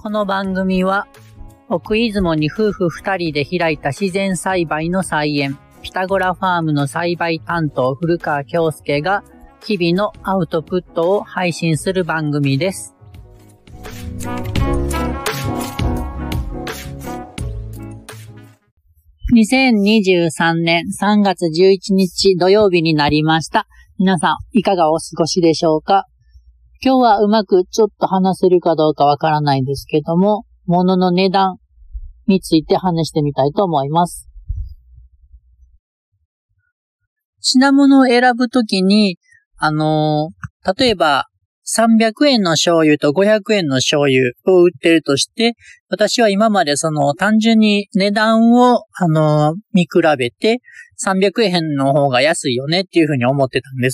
この番組は奥出雲に夫婦2人で開いた自然栽培の菜園ピタゴラファームの栽培担当古川京介が日々のアウトプットを配信する番組です。2023年3月11日土曜日になりました。皆さんいかがお過ごしでしょうか？今日はうまくちょっと話せるかどうかわからないんですけども、物の値段について話してみたいと思います。品物を選ぶときに、例えば300円の醤油と500円の醤油を売ってるとして、私は今まで単純に値段を見比べて300円の方が安いよねっていうふうに思ってたんです。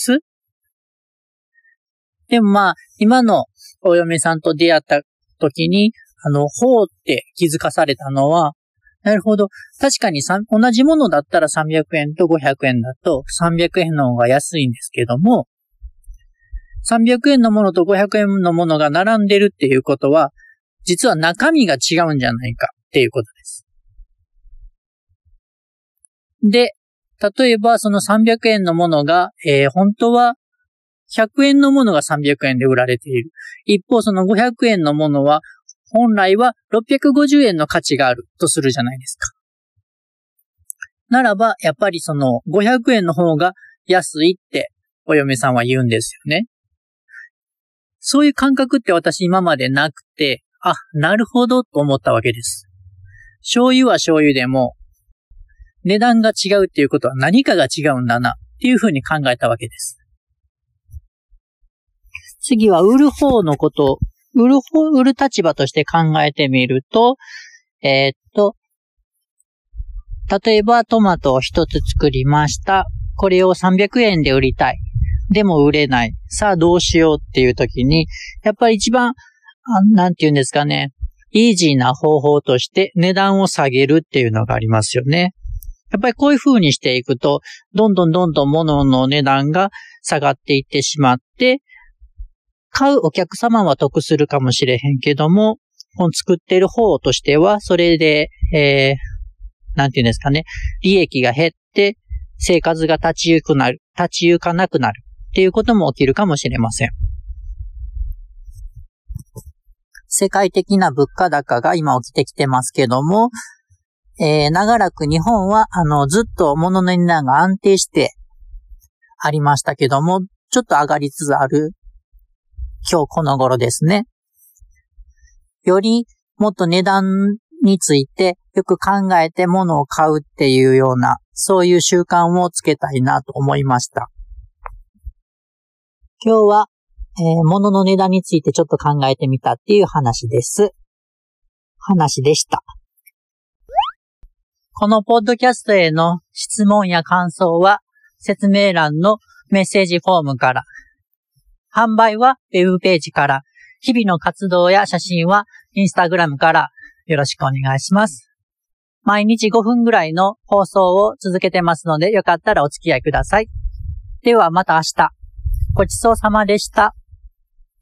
でも今のお嫁さんと出会った時に、ほうって気づかされたのは、なるほど。確かに同じものだったら300円と500円だと300円の方が安いんですけども、300円のものと500円のものが並んでるっていうことは、実は中身が違うんじゃないかっていうことです。で、例えばその300円のものが、本当は100円のものが300円で売られている。一方その500円のものは本来は650円の価値があるとするじゃないですか。ならばやっぱりその500円の方が安いってお嫁さんは言うんですよね。そういう感覚って私今までなくて、なるほどと思ったわけです。醤油は醤油でも値段が違うっていうことは何かが違うんだなっていうふうに考えたわけです。次は売る方のこと、売る立場として考えてみると、例えばトマトを一つ作りました。これを300円で売りたい。でも売れない。さあどうしようっていう時に、やっぱり一番、なんていうんですかね、イージーな方法として値段を下げるっていうのがありますよね。やっぱりこういう風にしていくと、どんどん物の値段が下がっていってしまって、買うお客様は得するかもしれへんけども、作ってる方としては、それで、なんていうんですかね、利益が減って、生活が立ち行かなくなるっていうことも起きるかもしれません。世界的な物価高が今起きてきてますけども、長らく日本は、ずっと物の値段が安定してありましたけども、ちょっと上がりつつある今日この頃ですね。よりもっと値段についてよく考えて物を買うっていうような、そういう習慣をつけたいなと思いました。今日は、物の値段についてちょっと考えてみたっていう話でした。このポッドキャストへの質問や感想は説明欄のメッセージフォームから、販売はウェブページから、日々の活動や写真はインスタグラムからよろしくお願いします。毎日5分ぐらいの放送を続けてますので、よかったらお付き合いください。ではまた明日。ごちそうさまでした。